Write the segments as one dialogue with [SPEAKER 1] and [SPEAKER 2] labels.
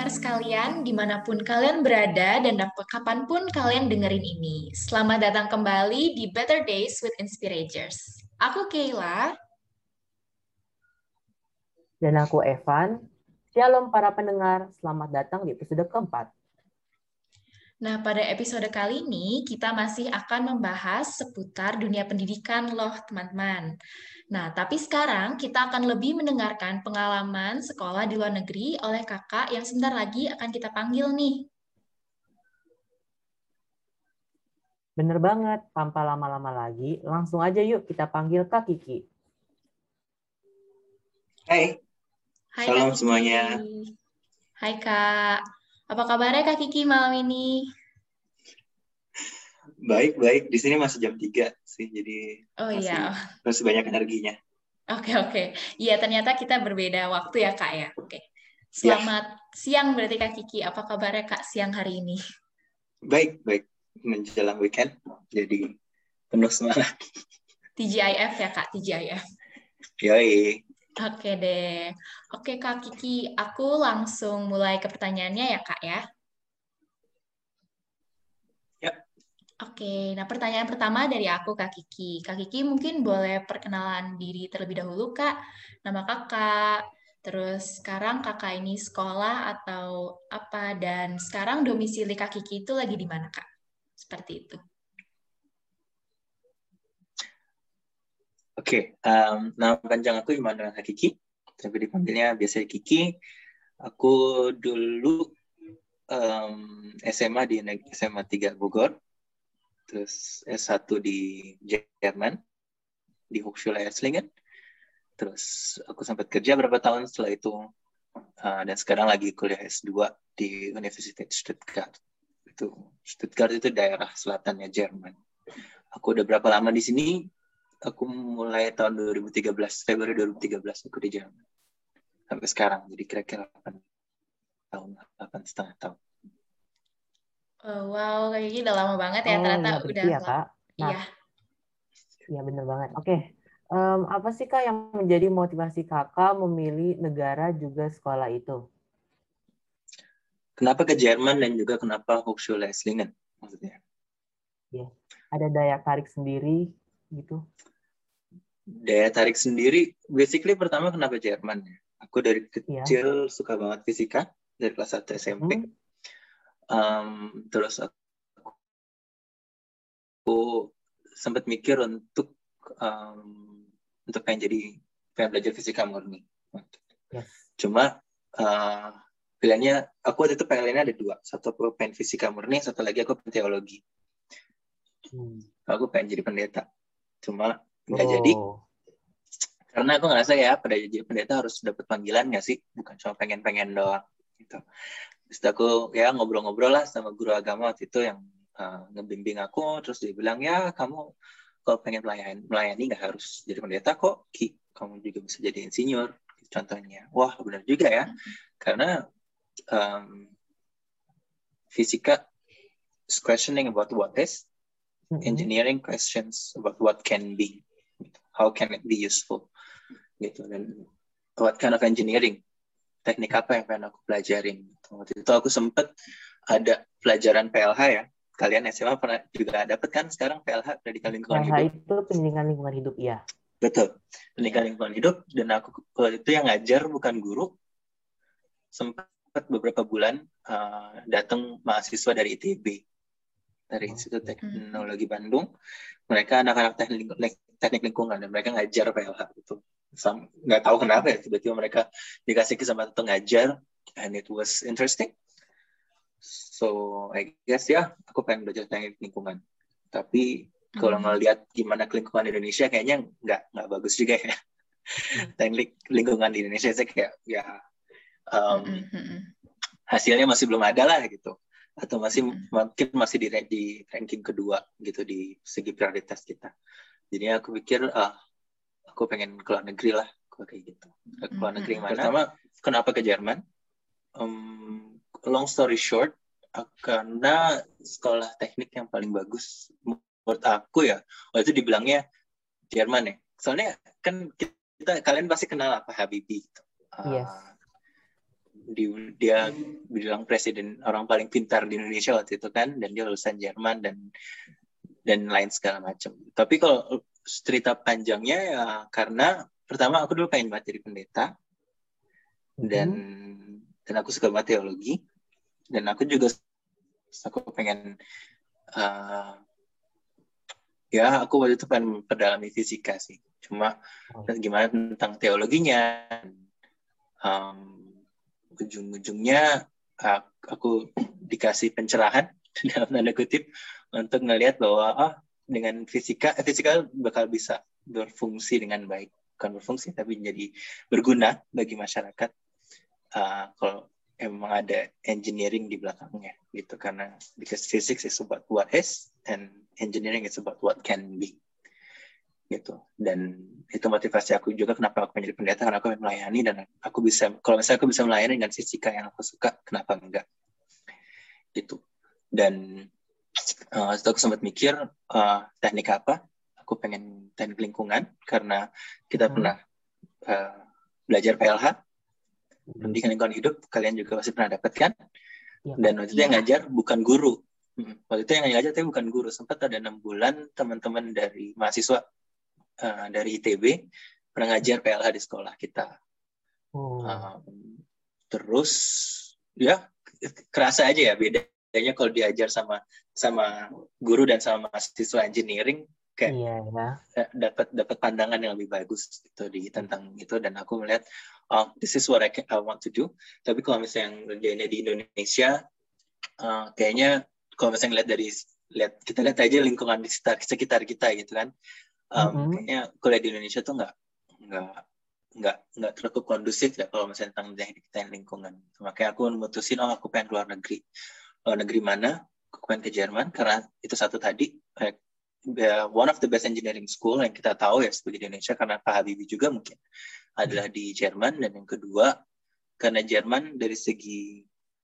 [SPEAKER 1] sekalian, dimanapun kalian berada dan kapanpun kalian dengerin ini. Selamat datang kembali di Better Days with Inspirators. Aku Kayla.
[SPEAKER 2] Dan aku Evan. Shalom para pendengar, selamat datang di episode keempat.
[SPEAKER 1] Nah, pada episode kali ini kita masih akan membahas seputar dunia pendidikan loh, teman-teman. Nah, tapi sekarang kita akan lebih mendengarkan pengalaman sekolah di luar negeri oleh kakak yang sebentar lagi akan kita panggil nih.
[SPEAKER 2] Bener banget, tanpa lama-lama lagi, langsung aja yuk kita panggil Kak Kiki.
[SPEAKER 3] Hai,
[SPEAKER 1] Hai
[SPEAKER 3] salam
[SPEAKER 1] Kak Kiki.
[SPEAKER 3] semuanya.
[SPEAKER 1] Hai Kak, apa kabarnya Kak Kiki malam ini?
[SPEAKER 3] Baik. Di sini masih jam 3 sih, jadi masih banyak energinya.
[SPEAKER 1] Oke. Iya, ternyata kita berbeda waktu ya Kak ya. Oke. Selamat siang berarti Kak Kiki. Apa kabarnya Kak siang hari ini?
[SPEAKER 3] Baik. Menjelang weekend, jadi penuh semangat.
[SPEAKER 1] TGIF ya Kak, TGIF.
[SPEAKER 3] Yoi.
[SPEAKER 1] Oke deh. Oke Kak Kiki, aku langsung mulai ke pertanyaannya ya Kak ya.
[SPEAKER 3] Ya.
[SPEAKER 1] Oke, nah pertanyaan pertama dari aku Kak Kiki. Kak Kiki mungkin boleh perkenalan diri terlebih dahulu Kak. Nama Kakak, terus sekarang Kakak ini sekolah atau apa, dan sekarang domisili Kak Kiki itu lagi di mana Kak? Seperti itu.
[SPEAKER 3] Oke, nama panjang aku Immanuel Hakiki, tapi dipanggilnya biasa Kiki. Aku dulu SMA di SMA 3 Bogor, terus S1 di Jerman, di Hochschule Esslingen. Terus aku sempat kerja berapa tahun setelah itu, dan sekarang lagi kuliah S2 di Universitas Stuttgart. Stuttgart itu daerah selatannya Jerman. Aku udah berapa lama di sini? Aku mulai tahun 2013, Februari 2013 aku di Jerman. Sampai sekarang, jadi kira-kira 8,5 tahun.
[SPEAKER 1] Oh, wow, kayaknya udah lama banget ya, ternyata
[SPEAKER 2] iya,
[SPEAKER 1] udah
[SPEAKER 2] ya, Kak. Nah, iya bener banget. Oke, apa sih Kak yang menjadi motivasi Kakak memilih negara juga sekolah itu?
[SPEAKER 3] Kenapa ke Jerman dan juga kenapa Hochschule Esslingen maksudnya?
[SPEAKER 2] Ya, ada daya tarik sendiri gitu.
[SPEAKER 3] Daya tarik sendiri, basically pertama kenapa Jerman? Aku dari kecil suka banget fisika, dari kelas 1 SMP. Terus aku sempat mikir untuk pengen belajar fisika murni. Cuma pilihannya, aku waktu itu pengennya ada 2. Satu aku pengen fisika murni, satu lagi aku pengen teologi. Aku pengen jadi pendeta. Cuma nggak jadi. Karena aku ngerasa ya, pada jadi pendeta harus dapat panggilan nggak sih? Bukan cuma pengen-pengen doang. Gitu. Terus aku ya ngobrol-ngobrol lah sama guru agama waktu itu yang ngebimbing aku. Terus dia bilang, ya kamu kalau pengen melayani nggak harus jadi pendeta kok. Kamu juga bisa jadi insinyur. Contohnya. Wah, benar juga ya. Karena fisika is questioning about what is. Engineering questions about what can be. How can it be useful. Gitu. Dan what kind of engineering. Teknik apa yang pengen aku pelajarin. Waktu itu aku sempat ada pelajaran PLH ya. Kalian SMA pernah juga dapat kan sekarang PLH, pendidikan lingkungan hidup.
[SPEAKER 2] PLH itu pendidikan lingkungan hidup, ya.
[SPEAKER 3] Betul, pendidikan lingkungan hidup. Dan aku waktu itu yang ngajar bukan guru. Sempat beberapa bulan datang mahasiswa dari ITB, dari Institut Teknologi Bandung. Mereka anak-anak teknik lingkungan dan mereka ngajar PLH itu. Nggak tahu kenapa ya, tiba-tiba mereka dikasih kesempatan untuk ngajar, and it was interesting. So I guess ya, aku pengen belajar teknik lingkungan. Tapi kalau ngelihat gimana lingkungan di Indonesia, kayaknya nggak bagus juga ya. Teknik lingkungan di Indonesia saya kayak ya hasilnya masih belum ada lah gitu, atau mungkin masih di ranking kedua gitu di segi prioritas kita. Jadi aku pikir aku pengen ke luar negeri lah, kayak gitu. Ke luar negeri mana? Pertama, kenapa ke Jerman? Long story short, karena sekolah teknik yang paling bagus menurut aku ya, waktu itu dibilangnya Jerman ya. Soalnya kan kalian pasti kenal apa Habibie gitu. dia bilang presiden orang paling pintar di Indonesia waktu itu kan, dan dia lulusan Jerman dan lain segala macam. Tapi kalau cerita panjangnya ya karena pertama aku dulu pengen banget jadi pendeta, dan aku suka banget teologi, dan aku pengen ya aku waktu itu pengen memperdalami fisika sih. Cuma gimana tentang teologinya, ujung-ujungnya aku dikasih pencerahan dalam tanda kutip untuk ngelihat bahwa dengan fisika bakal bisa berfungsi dengan baik, bukan berfungsi tapi menjadi berguna bagi masyarakat kalau emang ada engineering di belakangnya gitu, karena because physics is about what is and engineering is about what can be gitu. Dan itu motivasi aku juga kenapa aku menjadi pendeta, karena aku melayani, dan aku bisa, kalau misalnya aku bisa melayani dengan fisika yang aku suka, kenapa enggak gitu. Dan aku sempat mikir teknik apa, aku pengen teknik lingkungan karena kita pernah belajar PLH, pendidikan lingkungan hidup, kalian juga pasti pernah dapatkan. Dan waktu itu yang ngajar bukan guru, waktu itu yang ngajar tapi bukan guru. Sempat ada 6 bulan teman-teman dari mahasiswa dari ITB pernah ngajar PLH di sekolah kita. Terus ya kerasa aja ya bedanya kalau diajar sama guru dan sama mahasiswa engineering, kayak dapat pandangan yang lebih bagus gitu tentang itu. Dan aku melihat this is what I want to do. Tapi kalau misalnya yang kerjanya di Indonesia, kayaknya kalau misalnya kita lihat aja lingkungan di sekitar kita gitu kan, kayaknya kuliah di Indonesia tuh nggak terlalu kondusif ya kalau misalnya tentang teknik lingkungan. Makanya aku memutusin aku pengen keluar negeri. Luar negeri mana? Aku pengen ke Jerman karena itu satu tadi, one of the best engineering school yang kita tahu ya sebagai di Indonesia, karena Pak Habibie juga mungkin adalah di Jerman. Dan yang kedua karena Jerman dari segi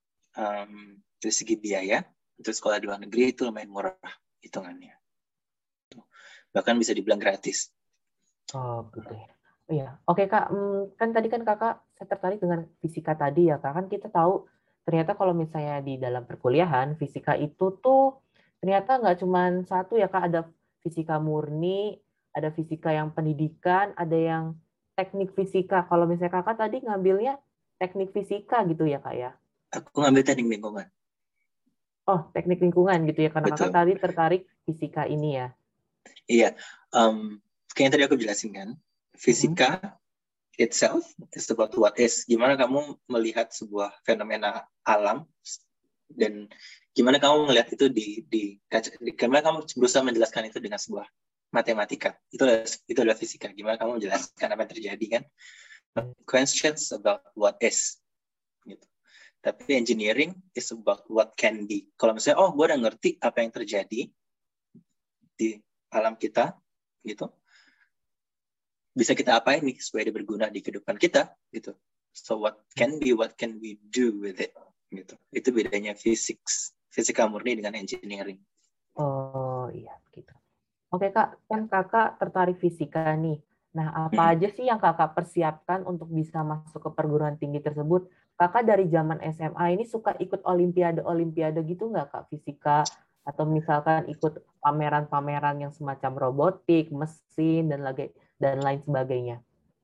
[SPEAKER 3] biaya untuk sekolah di luar negeri itu lumayan murah hitungannya, bahkan bisa dibilang gratis.
[SPEAKER 2] Oh gitu ya. Iya, oke Kak. Kan tadi kan Kakak saya tertarik dengan fisika tadi ya Kak. Kan kita tahu ternyata kalau misalnya di dalam perkuliahan fisika itu tuh ternyata nggak cuma satu ya Kak. Ada fisika murni, ada fisika yang pendidikan, ada yang teknik fisika. Kalau misalnya Kakak tadi ngambilnya teknik fisika gitu ya Kak ya?
[SPEAKER 3] Aku ngambil teknik lingkungan.
[SPEAKER 2] Oh, teknik lingkungan gitu ya, karena Kakak tadi tertarik fisika ini ya?
[SPEAKER 3] Iya, kayak yang tadi aku jelasin kan, fisika itself is about what is. Gimana kamu melihat sebuah fenomena alam, dan gimana kamu melihat itu gimana kamu berusaha menjelaskan itu dengan sebuah matematika. Itu adalah fisika. Gimana kamu menjelaskan apa yang terjadi kan? Questions about what is gitu. Tapi engineering is about what can be. Kalau misalnya, gue udah ngerti apa yang terjadi di alam kita, gitu, bisa kita apain nih supaya dia berguna di kehidupan kita, gitu. So what can be, what can we do with it, gitu. Itu bedanya fisika murni dengan engineering.
[SPEAKER 2] Oh iya, gitu. Oke Kak, kan Kakak tertarik fisika nih. Nah, apa aja sih yang Kakak persiapkan untuk bisa masuk ke perguruan tinggi tersebut? Kakak dari zaman SMA ini suka ikut olimpiade gitu nggak Kak fisika? Atau misalkan ikut pameran-pameran yang semacam robotik, mesin, dan lain sebagainya?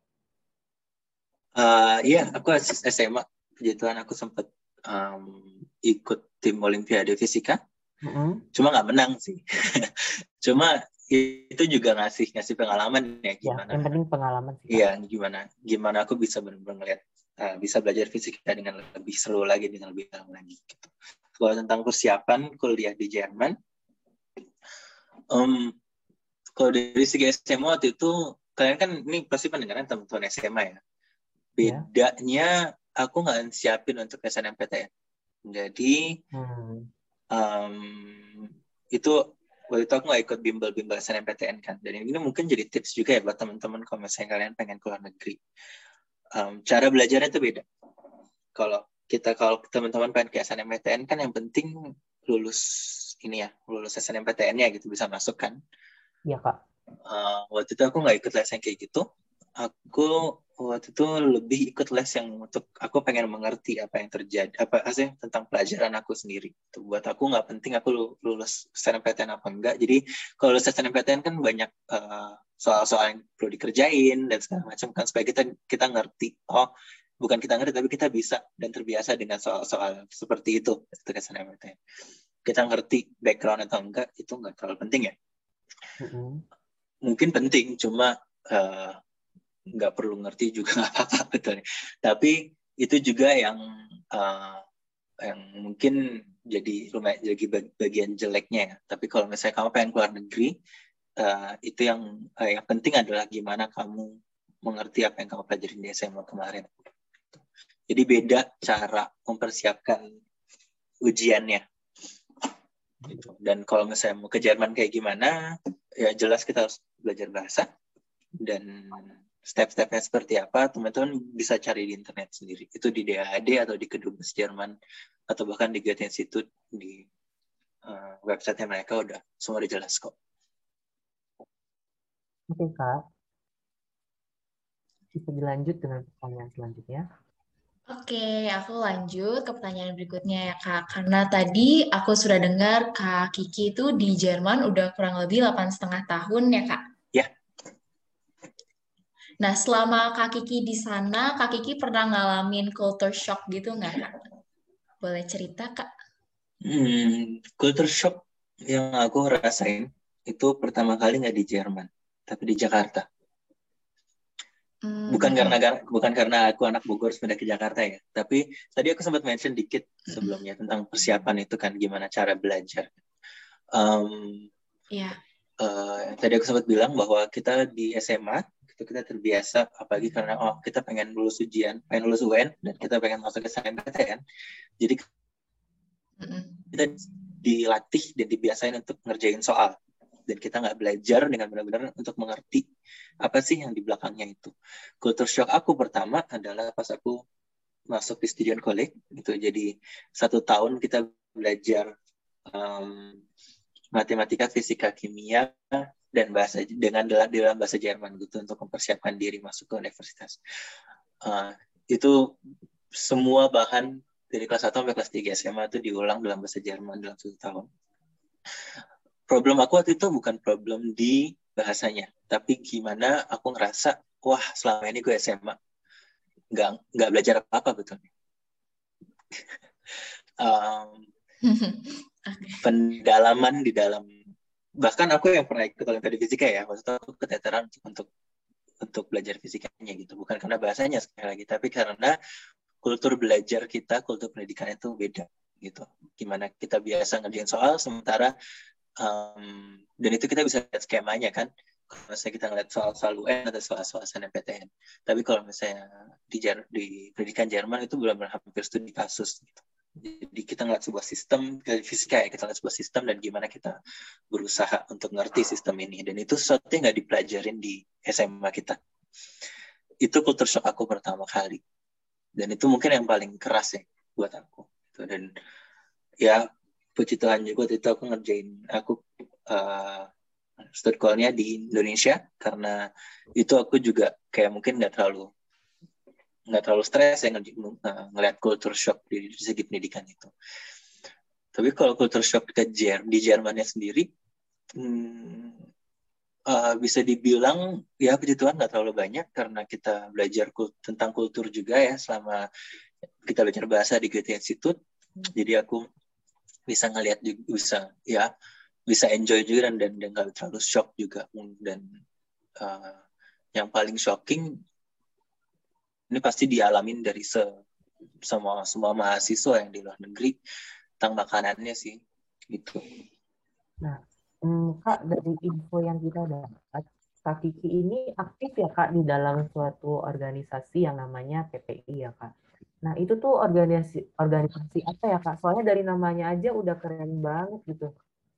[SPEAKER 3] Iya, aku SMA. Puji Tuhan aku sempat ikut tim olimpiade fisika. Cuma nggak menang sih. Cuma itu juga ngasih pengalaman ya gimana.
[SPEAKER 2] Ya, yang penting pengalaman sih.
[SPEAKER 3] Iya, gimana aku bisa benar-benar ngeliat bisa belajar fisika dengan lebih seru lagi, dengan lebih dalam lagi gitu. Kalau tentang persiapan kuliah di Jerman, kalau dari segi SMA waktu itu, kalian kan ini pasti pendengaran teman-teman SMA ya. Bedanya aku nggak siapin untuk SNMPTN. Jadi itu waktu itu aku nggak ikut bimbel SNMPTN kan. Dan ini mungkin jadi tips juga ya buat teman-teman kalau misalnya kalian pengen keluar negeri. Cara belajarnya itu beda. Kalau teman-teman pengen ke SNMPTN kan yang penting lulus SNMPTN-nya gitu, bisa masuk kan.
[SPEAKER 2] Iya Kak.
[SPEAKER 3] Waktu itu aku nggak ikut les yang kayak gitu. Aku waktu itu lebih ikut les yang untuk aku pengen mengerti apa yang terjadi, apa sih tentang pelajaran aku sendiri. Itu buat aku nggak penting aku lulus SNMPTN apa enggak. Jadi kalau lulus SNMPTN kan banyak soal-soal yang perlu dikerjain dan segala macam kan, supaya kita ngerti. Oh, bukan kita ngerti tapi kita bisa dan terbiasa dengan soal-soal seperti itu ketika SNMPTN. Kita ngerti background atau enggak itu nggak terlalu penting ya. Mungkin penting, cuma nggak perlu ngerti juga apa-apa betul. Tapi itu juga yang mungkin jadi lumayan jadi bagian jeleknya ya. Tapi kalau misalnya kamu pengen keluar negeri, itu yang penting adalah gimana kamu mengerti apa yang kamu pelajari di SMA kemarin. Jadi beda cara mempersiapkan ujiannya. Gitu. Dan kalau misalnya mau ke Jerman kayak gimana, ya jelas kita harus belajar bahasa. Dan step-stepnya seperti apa, teman-teman bisa cari di internet sendiri. Itu di DAAD atau di Kedubes Jerman, atau bahkan di Goethe Institut, di website mereka semua udah jelas kok.
[SPEAKER 2] Oke, Kak. Bisa dilanjut dengan pertanyaan selanjutnya.
[SPEAKER 1] Oke, aku lanjut ke pertanyaan berikutnya ya Kak. Karena tadi aku sudah dengar Kak Kiki itu di Jerman udah kurang lebih 8,5 tahun ya Kak?
[SPEAKER 3] Ya.
[SPEAKER 1] Nah, selama Kak Kiki di sana, Kak Kiki pernah ngalamin culture shock gitu nggak Kak? Boleh cerita Kak?
[SPEAKER 3] Culture shock yang aku rasain itu pertama kali nggak di Jerman, tapi di Jakarta. Bukan karena aku anak Bogor pindah ke Jakarta ya, tapi tadi aku sempat mention dikit sebelumnya tentang persiapan itu kan, gimana cara belajar. Tadi aku sempat bilang bahwa kita di SMA kita terbiasa, apalagi karena kita pengen lulus ujian, pengen lulus UN, dan kita pengen masuk ke SNMPTN. Jadi kita dilatih dan dibiasain untuk ngerjain soal. Dan kita nggak belajar dengan benar-benar untuk mengerti apa sih yang di belakangnya itu. Culture shock aku pertama adalah pas aku masuk di Student College gitu. Jadi 1 tahun kita belajar matematika, fisika, kimia, dan bahasa dalam bahasa Jerman gitu untuk mempersiapkan diri masuk ke universitas. Itu semua bahan dari kelas 1 sampai kelas 3 SMA itu diulang dalam bahasa Jerman dalam 1 tahun. Problem aku waktu itu bukan problem di bahasanya, tapi gimana aku ngerasa, wah selama ini gue SMA nggak belajar apa-apa betulnya. Pendalaman di dalam, bahkan aku yang pernah ikut Olimpiade Fisika ya, maksudnya aku keteteran untuk belajar fisikanya gitu, bukan karena bahasanya sekali lagi, tapi karena kultur belajar kita, kultur pendidikan itu beda gitu. Gimana kita biasa ngerjain soal, sementara dan itu kita bisa lihat skemanya kan, kalau misalnya kita ngeliat soal-soal UN atau soal-soal SNMPTN. Tapi kalau misalnya di pendidikan Jerman itu benar-benar hampir studi kasus gitu. Jadi kita ngeliat sebuah sistem, fisika ya, kita ngeliat sebuah sistem dan gimana kita berusaha untuk ngerti sistem ini. Dan itu sesuatu yang nggak dipelajarin di SMA kita. Itu culture shock aku pertama kali. Dan itu mungkin yang paling keras ya buat aku. Dan ya puji Tuhan juga waktu itu aku ngerjain stud call-nya di Indonesia, karena itu aku juga kayak mungkin nggak terlalu stres ya ngeliat culture shock di segi pendidikan itu. Tapi kalau culture shock di Jermannya sendiri bisa dibilang ya puji Tuhan nggak terlalu banyak, karena kita belajar tentang kultur juga ya selama kita belajar bahasa di Goethe Institut. Jadi aku bisa ngelihat juga, bisa enjoy juga dan nggak terlalu shock juga. Dan yang paling shocking ini pasti dialamin dari semua mahasiswa yang di luar negeri tentang makanannya sih gitu.
[SPEAKER 2] Nah, Kak, dari info yang kita dapat, Kak Kiki ini aktif ya Kak di dalam suatu organisasi yang namanya PPI ya Kak. Nah, itu tuh organisasi apa ya Kak? Soalnya dari namanya aja udah keren banget gitu.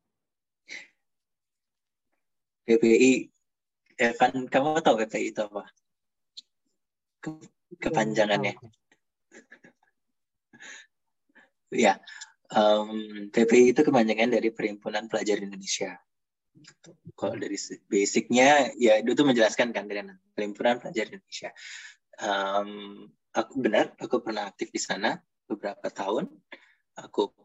[SPEAKER 3] PPI, kan kamu tahu PPI itu apa? Kepanjangannya. Ya, PPI itu kepanjangan dari Perhimpunan Pelajar Indonesia. Kalau dari basicnya, ya itu menjelaskan kan dari Perhimpunan Pelajar Indonesia. Aku pernah aktif di sana beberapa tahun. Aku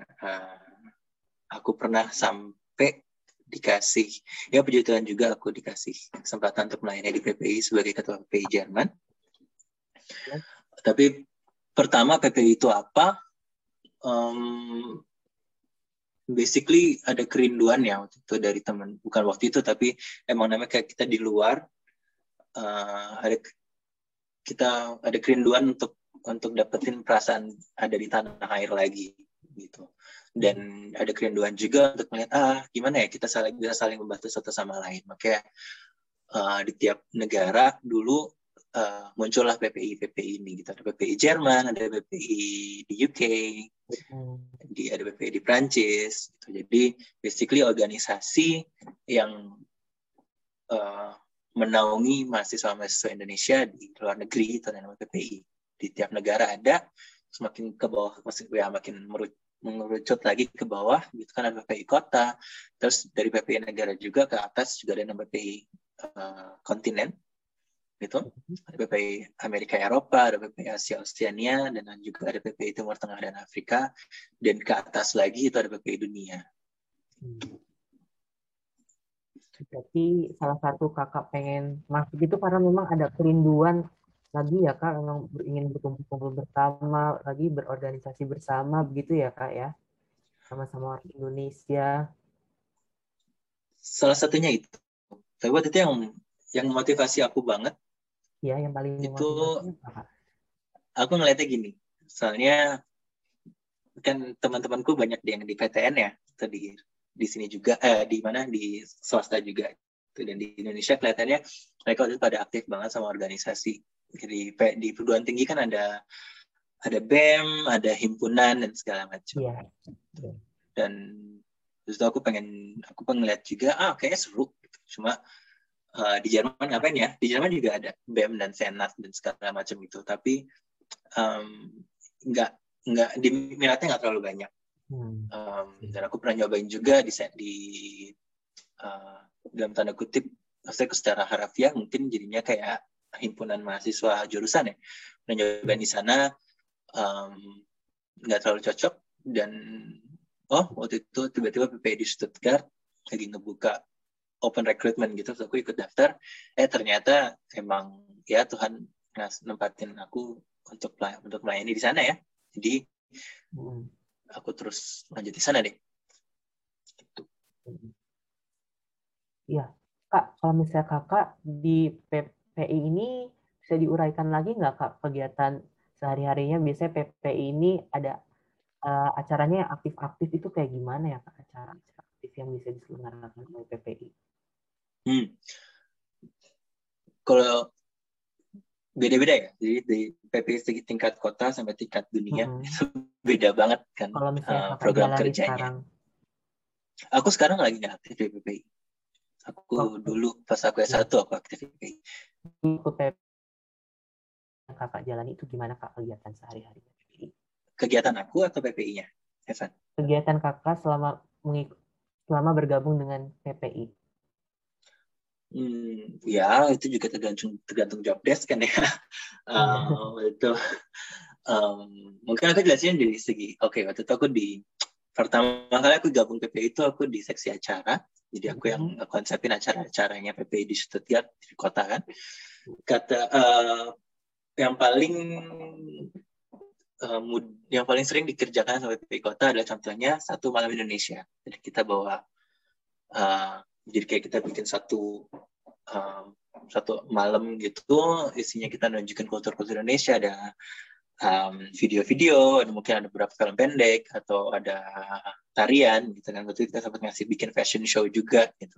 [SPEAKER 3] pernah sampai dikasih, ya puji Tuhan juga aku dikasih kesempatan untuk melayani di PPI sebagai ketua PPI Jerman. Tapi pertama PPI itu apa? Basically ada kerinduan ya waktu itu dari teman, bukan waktu itu tapi emang namanya kayak kita di luar, kita ada kerinduan untuk dapetin perasaan ada di tanah air lagi gitu. Dan ada kerinduan juga untuk melihat gimana ya kita bisa saling membantu satu sama lain. Makanya di tiap negara dulu muncullah PPI ini gitu. Ada PPI Jerman, ada PPI di UK, ada PPI di Prancis gitu. Jadi basically organisasi yang menaungi mahasiswa-mahasiswa Indonesia di luar negeri itu namanya PPI. Di tiap negara ada, semakin ke bawah makin mengerucut lagi ke bawah gitu kan, ada PPI kota, terus dari PPI negara juga ke atas juga ada nama PPI kontinen gitu, ada PPI Amerika Eropa, ada PPI Asia Oceania, dan juga ada PPI Timur Tengah dan Afrika, dan ke atas lagi itu ada PPI dunia.
[SPEAKER 2] Jadi salah satu kakak pengen masuk itu karena memang ada kerinduan lagi ya kak, memang ingin berkumpul-kumpul bersama, lagi berorganisasi bersama begitu ya kak ya, sama-sama orang Indonesia.
[SPEAKER 3] Salah satunya itu. Tapi waktu itu yang motivasi aku banget.
[SPEAKER 2] Ya, yang paling
[SPEAKER 3] itu
[SPEAKER 2] apa?
[SPEAKER 3] Aku ngeliatnya gini, soalnya kan teman-temanku banyak yang di PTN ya, atau di sini juga, di mana di swasta juga. Dan di Indonesia kelihatannya mereka waktu itu pada aktif banget sama organisasi. Jadi di perguruan tinggi kan ada BEM, ada himpunan dan segala macam.
[SPEAKER 2] Iya.
[SPEAKER 3] Dan terus aku pengen lihat juga, kayaknya seru. Cuma di Jerman ngapain ya? Di Jerman juga ada BEM dan Senat dan segala macam itu. Tapi minatnya nggak terlalu banyak. Dan aku pernah nyobain juga di dalam tanda kutip, maksudnya secara harafiah mungkin jadinya kayak himpunan mahasiswa jurusan ya. Pernah nyobain di sana, nggak terlalu cocok, dan waktu itu tiba-tiba PPI di Stuttgart lagi ngebuka open recruitment gitu, terus aku ikut daftar, ternyata emang ya Tuhan nempatin aku untuk melayani di sana ya, jadi aku terus lanjut di sana deh. Gitu.
[SPEAKER 2] Iya, Kak, kalau misalnya kakak di PPI ini bisa diuraikan lagi nggak Kak kegiatan sehari-harinya? Biasanya PPI ini ada acaranya yang aktif-aktif itu kayak gimana ya Kak, acara aktif yang bisa diselenggarakan oleh PPI?
[SPEAKER 3] Kalau beda-beda ya, jadi di PPI tingkat kota sampai tingkat dunia itu beda banget kan.
[SPEAKER 2] Kalau misalnya
[SPEAKER 3] program kerjanya.
[SPEAKER 2] Sekarang.
[SPEAKER 3] Aku sekarang lagi nggak aktif di PPI. Aku dulu pas aku S1 aku aktif di PPI.
[SPEAKER 2] Kakak jalani itu gimana Kak kegiatan sehari-hari PPI?
[SPEAKER 3] Kegiatan aku atau PPI-nya, Evan?
[SPEAKER 2] Kegiatan kakak selama bergabung dengan PPI.
[SPEAKER 3] Ya itu juga tergantung job desk kan ya. Itu mungkin aku jelasin dari segi waktu itu aku pertama kali aku gabung PPI itu aku di seksi acara, jadi aku yang konsepin acara-acaranya PPI di Stuttgart di kota kan. Yang paling sering dikerjakan sama PPI kota adalah contohnya Satu Malam Indonesia. Jadi kita bawa jadi kayak kita bikin satu malam gitu, isinya kita nunjukin kultur-kultur Indonesia, ada video-video, mungkin ada beberapa film pendek atau ada tarian gitu kan. Waktu itu kita sempat bikin fashion show juga gitu,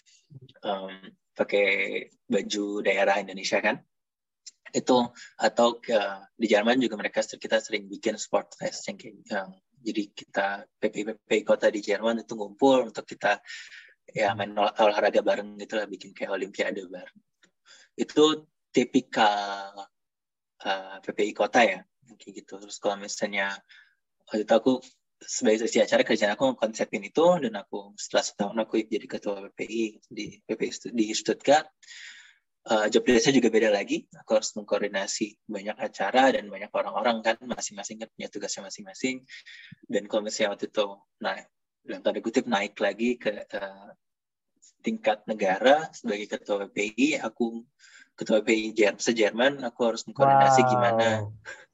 [SPEAKER 3] pakai baju daerah Indonesia kan itu. Atau di Jerman juga kita sering bikin sport fest yang jadi kita PPI kota di Jerman itu ngumpul untuk kita ya main olahraga bareng gitu lah, bikin kayak olimpiade bareng. Itu tipikal PPI kota ya kayak gitu. Terus kalau misalnya waktu itu aku sebagai seksi acara, kerjaan aku konsepin itu, dan aku setelah setahun aku jadi ketua PPI di Stuttgart. job desk-nya juga beda lagi. Aku harus mengkoordinasi banyak acara dan banyak orang-orang kan, masing-masing punya tugasnya masing-masing. Dan kalau misalnya waktu itu dalam tanda kutip naik lagi ke tingkat negara sebagai ketua PPI, aku ketua PPI se-Jerman, aku harus mengkoordinasi gimana.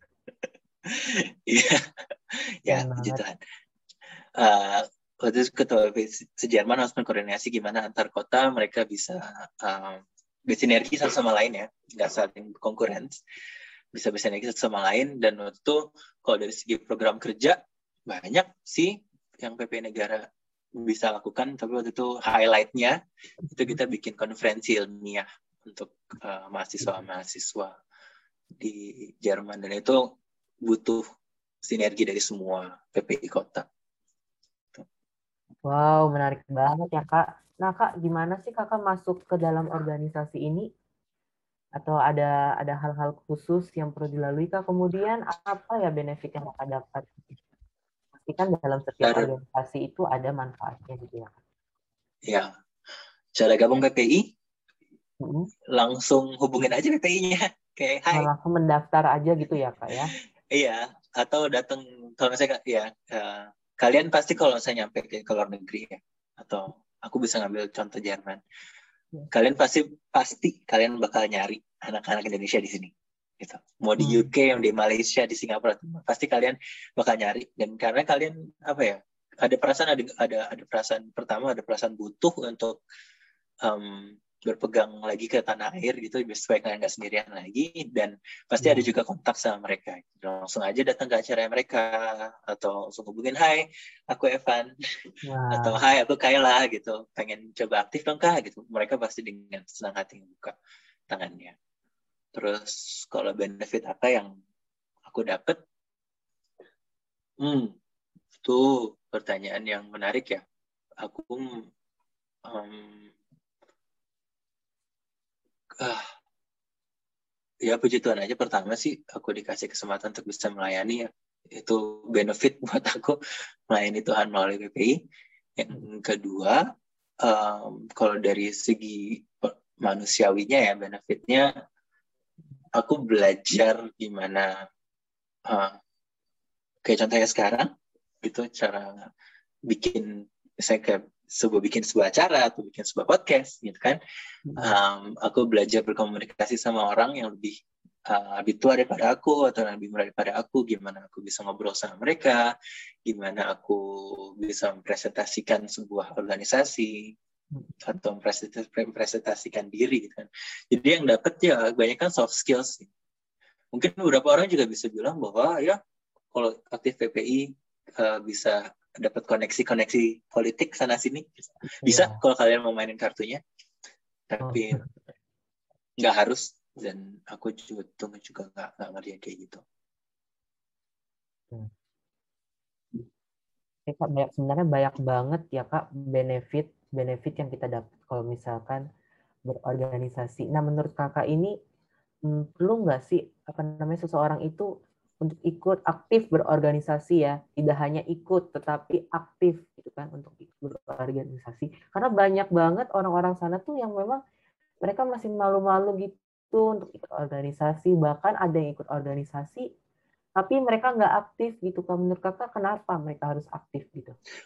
[SPEAKER 3] Iya, ya puji Tuhan. Waktu itu ketua PPI se-Jerman harus mengkoordinasi gimana antar kota mereka bisa bersinergi satu sama lain ya, nggak saling konkuren, bisa bersinergi satu sama lain. Dan waktu itu kalau dari segi program kerja banyak sih yang PPI negara bisa lakukan, tapi waktu itu highlight-nya itu kita bikin konferensi ilmiah untuk mahasiswa-mahasiswa di Jerman, dan itu butuh sinergi dari semua PPI kota.
[SPEAKER 2] Wow, menarik banget ya Kak. Nah Kak, gimana sih Kakak masuk ke dalam organisasi ini? Atau ada hal-hal khusus yang perlu dilalui Kak? Kemudian apa ya benefit yang Kakak dapat? Pastikan dalam setiap organisasi itu ada manfaatnya gitu ya.
[SPEAKER 3] Ya, cara gabung PPI, langsung hubungin aja PPI-nya. Kayak, hai.
[SPEAKER 2] Langsung mendaftar aja gitu ya Kak ya?
[SPEAKER 3] Iya, atau datang, kalau misalnya ya, kalian pasti kalau saya nyampe ke luar negeri ya, atau aku bisa ngambil contoh Jerman, kalian pasti kalian bakal nyari anak-anak Indonesia di sini. Gitu. Mau di UK, di Malaysia, di Singapura, pasti kalian bakal nyari. Dan karena kalian apa ya, ada perasaan pertama, ada perasaan butuh untuk berpegang lagi ke tanah air gitu, supaya kalian nggak sendirian lagi. Dan pasti ada juga kontak sama mereka. Langsung aja datang ke acara mereka, atau langsung hubungin, hai, aku Evan, atau hai, aku Kayla gitu, pengen coba aktif dong Kak gitu. Mereka pasti dengan senang hati membuka tangannya. Terus kalau benefit apa yang aku dapat? Itu pertanyaan yang menarik ya. Aku ya puji Tuhan aja, pertama sih aku dikasih kesempatan untuk bisa melayani ya. Itu benefit buat aku melayani Tuhan melalui PPI. Yang kedua, kalau dari segi manusiawinya ya, benefitnya aku belajar gimana kayak contohnya sekarang gitu, cara bikin misalnya bikin sebuah acara atau bikin sebuah podcast gitu kan. Aku belajar berkomunikasi sama orang yang lebih tua daripada aku atau lebih muda daripada aku, gimana aku bisa ngobrol sama mereka, gimana aku bisa mempresentasikan sebuah organisasi atau mempresentasikan diri gitu kan. Jadi yang dapat ya banyak kan soft skills. Mungkin beberapa orang juga bisa bilang bahwa ya kalau aktif PPI bisa dapat koneksi politik sana sini, bisa kalau kalian mau mainin kartunya, tapi nggak harus. Dan aku juga nggak ngerti kayak gitu.
[SPEAKER 2] Kak, sebenarnya banyak banget ya Kak benefit yang kita dapat kalau misalkan berorganisasi. Nah menurut Kakak ini perlu nggak sih seseorang itu untuk ikut aktif berorganisasi ya, tidak hanya ikut tetapi aktif gitu kan untuk ikut berorganisasi. Karena banyak banget orang-orang sana tuh yang memang mereka masih malu-malu gitu untuk ikut organisasi, bahkan ada yang ikut organisasi tapi mereka nggak aktif gitu. Kalau menurut Kakak kenapa mereka harus aktif gitu?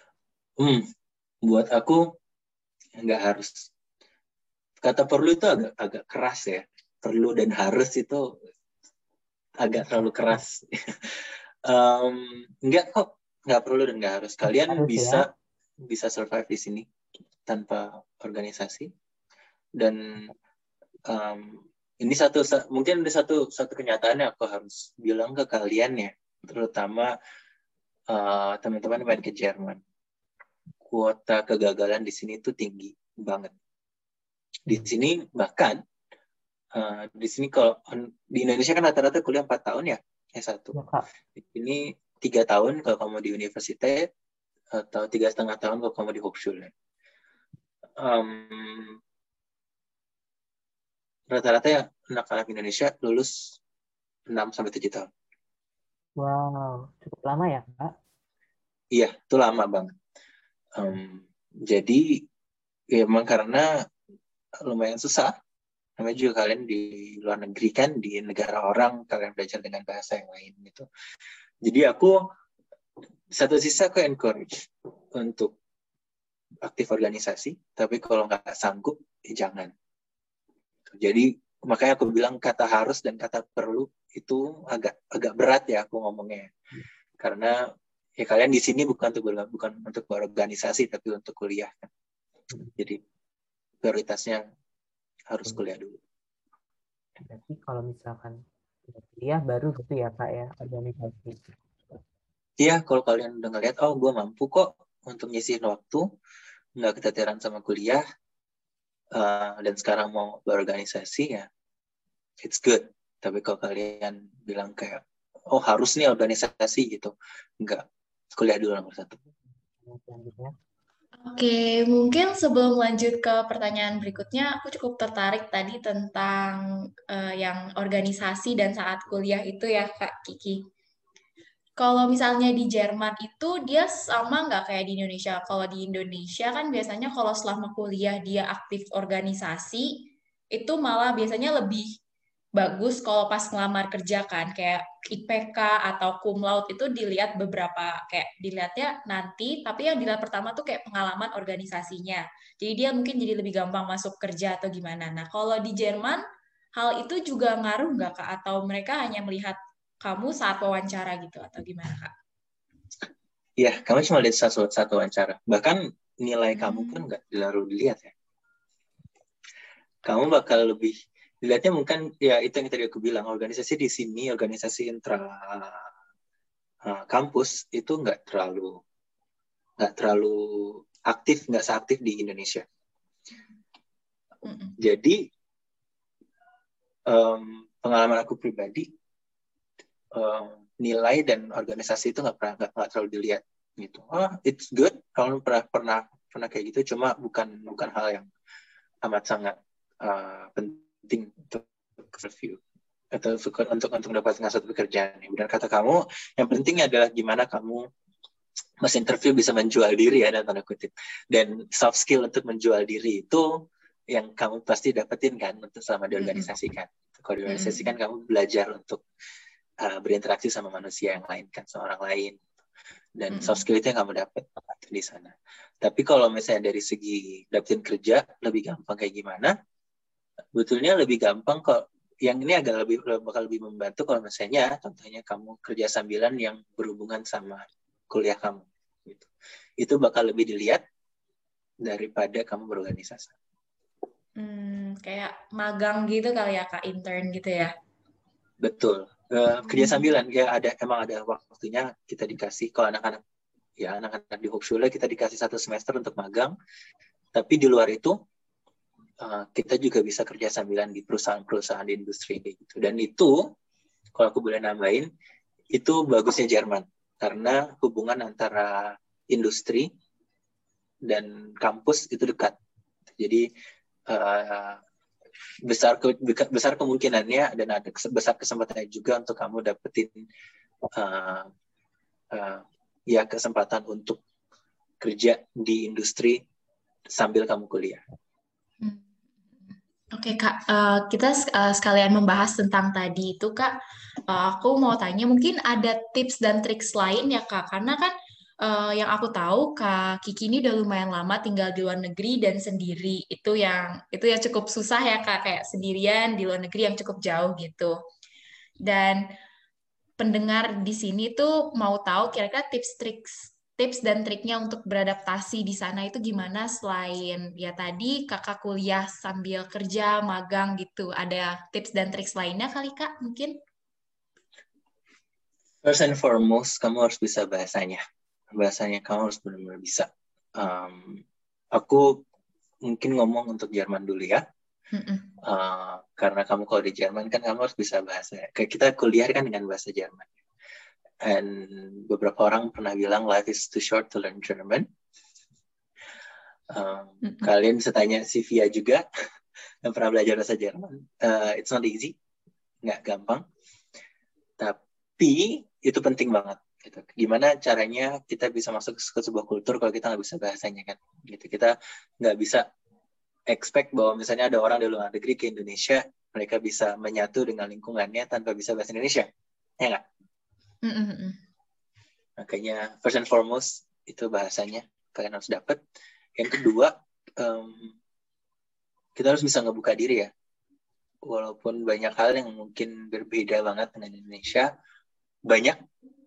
[SPEAKER 3] Buat aku nggak harus. Kata perlu itu agak keras ya. Perlu dan harus itu agak terlalu keras. Enggak kok, nggak perlu dan nggak harus. Kalian harus, bisa survive di sini tanpa organisasi. Dan ini mungkin ada satu kenyataan yang aku harus bilang ke kalian ya, terutama teman-teman yang main ke Jerman. Kuota kegagalan di sini tuh tinggi banget. Di sini bahkan di sini kalau di Indonesia kan rata-rata kuliah 4 tahun ya, S1. Ini 3 tahun kalau kamu di universitas, atau 3,5 tahun kalau kamu di Hochschule. Rata-rata ya anak-anak Indonesia lulus 6-7 tahun.
[SPEAKER 2] Wow, cukup lama ya Kak?
[SPEAKER 3] Iya, itu lama banget. Jadi ya memang karena lumayan susah Namanya juga kalian di luar negeri kan, di negara orang, kalian belajar dengan bahasa yang lain gitu. Jadi aku satu sisi aku encourage untuk aktif organisasi, tapi kalau nggak sanggup, jangan. Jadi makanya aku bilang kata harus dan kata perlu itu agak berat ya aku ngomongnya. Karena ya kalian di sini bukan untuk berorganisasi, tapi untuk kuliah kan. Jadi prioritasnya harus kuliah dulu.
[SPEAKER 2] Berarti kalau misalkan kuliah baru gitu ya Kak ya, organisasi.
[SPEAKER 3] Iya, kalau kalian udah ngeliat, oh gue mampu kok untuk nyisihin waktu, nggak keteteran sama kuliah, dan sekarang mau berorganisasi, ya it's good. Tapi kalau kalian bilang kayak, oh harus nih organisasi gitu, nggak, kuliah dulu nomor 1.
[SPEAKER 2] Selanjutnya.
[SPEAKER 1] Oke, mungkin sebelum lanjut ke pertanyaan berikutnya, aku cukup tertarik tadi tentang yang organisasi dan saat kuliah itu ya, Kak Kiki. Kalau misalnya di Jerman itu dia sama nggak kayak di Indonesia? Kalau di Indonesia kan biasanya kalau selama kuliah dia aktif organisasi, itu malah biasanya lebih bagus kalau pas ngelamar kerja kan. Kayak IPK atau cum laude itu dilihat beberapa, kayak dilihatnya nanti, tapi yang dilihat pertama tuh kayak pengalaman organisasinya. Jadi dia mungkin jadi lebih gampang masuk kerja atau gimana. Nah kalau di Jerman, hal itu juga ngaruh nggak Kak? Atau mereka hanya melihat kamu saat wawancara gitu atau gimana Kak?
[SPEAKER 3] Iya, kamu cuma lihat satu wawancara. Bahkan nilai kamu pun nggak dilihat ya. Kamu bakal lebih dilihatnya mungkin ya itu yang tadi aku bilang, organisasi di sini, organisasi intra kampus itu nggak terlalu aktif, nggak seaktif di Indonesia. Jadi pengalaman aku pribadi, nilai dan organisasi itu nggak terlalu dilihat gitu. Oh, it's good kalau pernah kayak gitu, cuma bukan hal yang amat sangat penting untuk review atau untuk mendapatkan satu pekerjaan. Benar kata kamu, yang penting adalah gimana kamu mas interview bisa menjual diri ya, dalam tanda kutip, dan soft skill untuk menjual diri itu yang kamu pasti dapetin kan untuk selama diorganisasikan. Kalau diorganisasikan kamu belajar untuk berinteraksi sama manusia yang lain kan, sama orang lain, dan soft skill itu yang kamu dapat di sana. Tapi kalau misalnya dari segi dapetin kerja lebih gampang kayak gimana? Betulnya lebih gampang kok. Yang ini bakal lebih membantu kalau misalnya contohnya kamu kerja sambilan yang berhubungan sama kuliah kamu gitu. Itu bakal lebih dilihat daripada kamu berorganisasi.
[SPEAKER 1] Kayak magang gitu kali ya Kak, intern gitu ya.
[SPEAKER 3] Betul. Kerja sambilan ya, emang ada waktunya kita dikasih. Kalau anak-anak di Hochschule kita dikasih 1 semester untuk magang, tapi di luar itu kita juga bisa kerja sambilan di perusahaan-perusahaan di industri kayak gitu. Dan itu kalau aku boleh nambahin, itu bagusnya Jerman karena hubungan antara industri dan kampus itu dekat. Jadi besar kemungkinannya dan ada besar kesempatannya juga untuk kamu dapetin kesempatan untuk kerja di industri sambil kamu kuliah.
[SPEAKER 1] Oke Kak, kita sekalian membahas tentang tadi itu Kak. Aku mau tanya mungkin ada tips dan triks lain ya Kak, karena kan yang aku tahu Kak Kiki ini udah lumayan lama tinggal di luar negeri dan sendiri. Itu yang cukup susah ya Kak, kayak sendirian di luar negeri yang cukup jauh gitu. Dan pendengar di sini tuh mau tahu kira-kira tips dan triknya untuk beradaptasi di sana itu gimana selain ya tadi kakak kuliah sambil kerja, magang gitu. Ada tips dan trik lainnya kali Kak mungkin?
[SPEAKER 3] First and foremost, kamu harus bisa bahasanya. Bahasanya kamu harus benar-benar bisa. Aku mungkin ngomong untuk Jerman dulu ya. Karena kamu kalau di Jerman kan kamu harus bisa bahasa. Kayak kita kuliah kan dengan bahasa Jerman. And beberapa orang pernah bilang life is too short to learn German. Kalian bisa tanya si Via juga yang pernah belajar bahasa Jerman. It's not easy, nggak gampang. Tapi itu penting banget. Gitu. Gimana caranya kita bisa masuk ke sebuah kultur kalau kita nggak bisa bahasanya kan? Gitu. Kita nggak bisa expect bahwa misalnya ada orang dari luar negeri ke Indonesia, mereka bisa menyatu dengan lingkungannya tanpa bisa bahasa Indonesia. Ya nggak? Makanya first and foremost itu bahasanya kalian harus dapat. Yang kedua, kita harus bisa ngebuka diri ya. Walaupun banyak hal yang mungkin berbeda banget dengan Indonesia, banyak.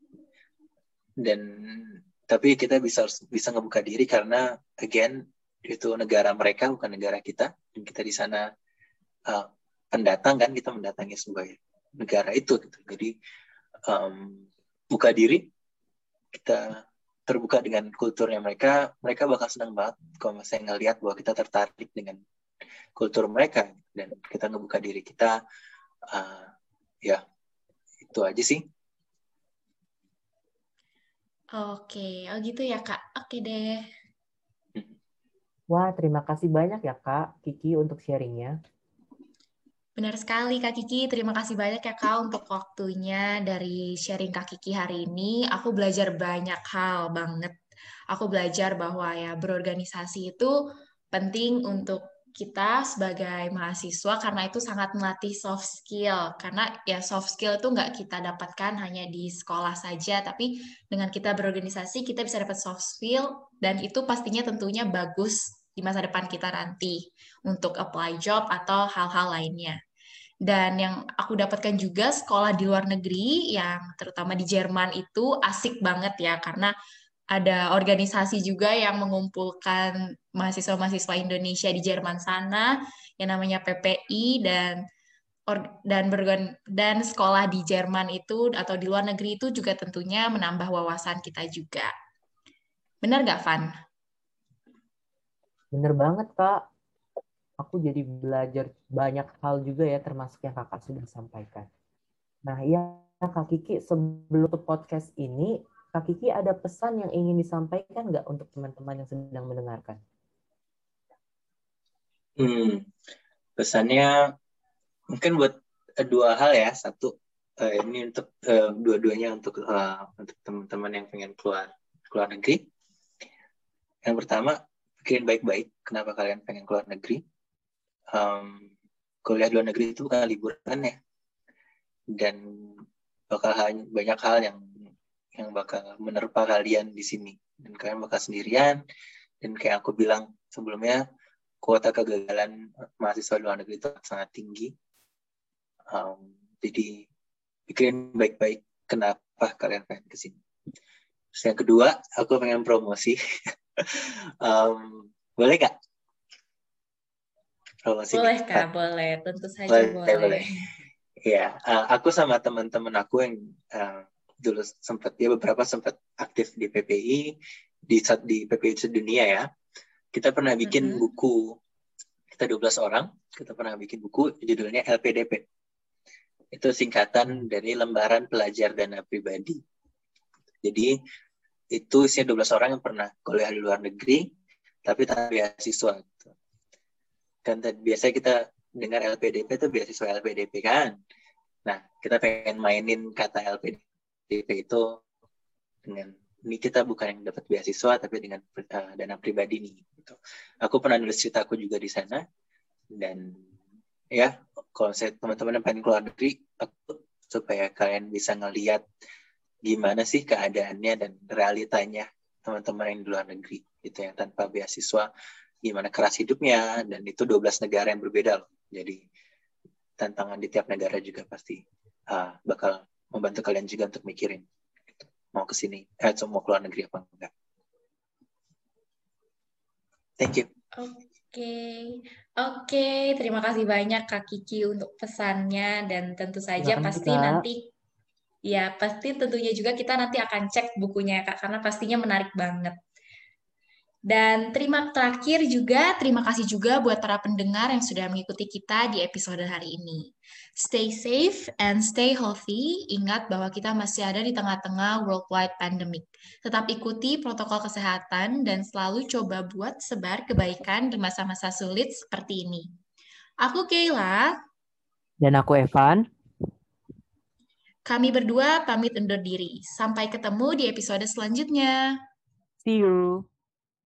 [SPEAKER 3] Tapi kita bisa ngebuka diri karena again itu negara mereka bukan negara kita, dan kita di sana pendatang kan, kita mendatangi sebuah negara itu gitu. Jadi buka diri, kita terbuka dengan kulturnya mereka bakal senang banget kalau misalnya ngelihat bahwa kita tertarik dengan kultur mereka dan kita ngebuka diri kita. Ya itu aja sih.
[SPEAKER 1] Oke, gitu ya Kak. Oke deh.
[SPEAKER 2] Wah, terima kasih banyak ya Kak Kiki untuk sharingnya.
[SPEAKER 1] Benar sekali Kak Kiki, terima kasih banyak ya Kak untuk waktunya dari sharing Kak Kiki hari ini. Aku belajar banyak hal banget. Aku belajar bahwa ya berorganisasi itu penting untuk kita sebagai mahasiswa karena itu sangat melatih soft skill. Karena ya soft skill itu nggak kita dapatkan hanya di sekolah saja, tapi dengan kita berorganisasi kita bisa dapat soft skill dan itu pastinya tentunya bagus di masa depan kita nanti untuk apply job atau hal-hal lainnya. Dan yang aku dapatkan juga sekolah di luar negeri, yang terutama di Jerman itu asik banget ya, karena ada organisasi juga yang mengumpulkan mahasiswa-mahasiswa Indonesia di Jerman sana, yang namanya PPI, dan sekolah di Jerman itu atau di luar negeri itu juga tentunya menambah wawasan kita juga. Benar nggak, Van?
[SPEAKER 2] Bener banget, Kak. Aku jadi belajar banyak hal juga ya, termasuk yang Kakak sudah sampaikan. Nah, ya Kak Kiki, sebelum podcast ini, Kak Kiki ada pesan yang ingin disampaikan nggak untuk teman-teman yang sedang mendengarkan?
[SPEAKER 3] Pesannya mungkin buat dua hal ya. Satu, ini untuk dua-duanya untuk teman-teman yang pengen keluar negeri. Yang pertama, pikirin baik-baik kenapa kalian pengen keluar negeri. Kuliah di luar negeri itu bukan liburan ya, dan bakal banyak hal yang bakal menerpa kalian di sini, dan kalian bakal sendirian. Dan kayak aku bilang sebelumnya, kuota kegagalan mahasiswa luar negeri itu sangat tinggi. Jadi pikirin baik-baik kenapa kalian pengen kesini. Terus yang kedua, aku pengen promosi. Boleh nggak? Promosi
[SPEAKER 1] boleh Kak, boleh. Tentu saja boleh.
[SPEAKER 3] Ya, aku sama teman-teman aku yang dulu beberapa sempat aktif di PPI, di PPI sedunia ya. Kita pernah bikin buku, kita 12 orang, kita pernah bikin buku judulnya LPDP. Itu singkatan dari Lembaran Pelajar Dana Pribadi. Jadi itu isinya 12 orang yang pernah kuliah di luar negeri, tapi tanpa beasiswa. Kan biasanya kita dengar LPDP itu beasiswa LPDP kan. Nah, kita pengen mainin kata LPDP itu dengan ini kita bukan yang dapat beasiswa, tapi dengan dana pribadi nih. Gitu. Aku pernah nulis ceritaku juga di sana, dan ya kalau saya teman-teman yang pengen keluar negeri, supaya kalian bisa ngelihat gimana sih keadaannya dan realitanya teman-teman yang di luar negeri, gitu ya, tanpa beasiswa, gimana keras hidupnya, dan itu 12 negara yang berbeda loh. Jadi tantangan di tiap negara juga pasti bakal membantu kalian juga untuk mikirin gitu, mau kesini, mau keluar negeri apa enggak. Thank you.
[SPEAKER 1] Oke, terima kasih banyak Kak Kiki untuk pesannya, dan tentu saja pasti nanti tentunya juga kita nanti akan cek bukunya Kak, karena pastinya menarik banget. Dan terima kasih juga buat para pendengar yang sudah mengikuti kita di episode hari ini. Stay safe and stay healthy. Ingat bahwa kita masih ada di tengah-tengah worldwide pandemic. Tetap ikuti protokol kesehatan dan selalu coba buat sebar kebaikan di masa-masa sulit seperti ini. Aku Kayla.
[SPEAKER 2] Dan aku Evan.
[SPEAKER 1] Kami berdua pamit undur diri. Sampai ketemu di episode selanjutnya.
[SPEAKER 2] See you.